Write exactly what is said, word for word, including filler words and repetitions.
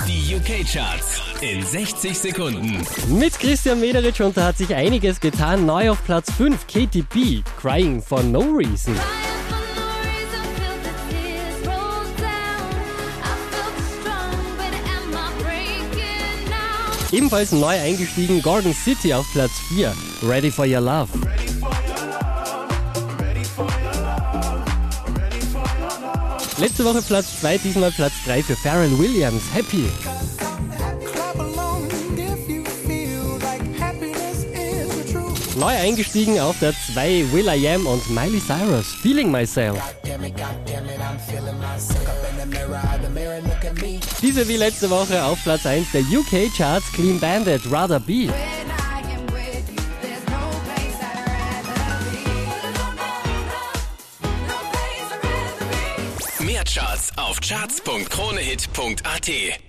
Die U K-Charts in sechzig Sekunden. Mit Christian Mederitsch, und da hat sich einiges getan. Neu auf Platz fünf, Katy B, Crying for No Reason. Ebenfalls neu eingestiegen, Garden City auf Platz vier, Ready for Your Love. Letzte Woche Platz zwei, diesmal Platz drei für Pharrell Williams, Happy. Neu eingestiegen auf der zwei, will.i.am und Miley Cyrus, Feeling Myself. Diese wie letzte Woche auf Platz eins der U K-Charts, Clean Bandit, Rather Be. Mehr Charts auf charts punkt kronehit punkt at.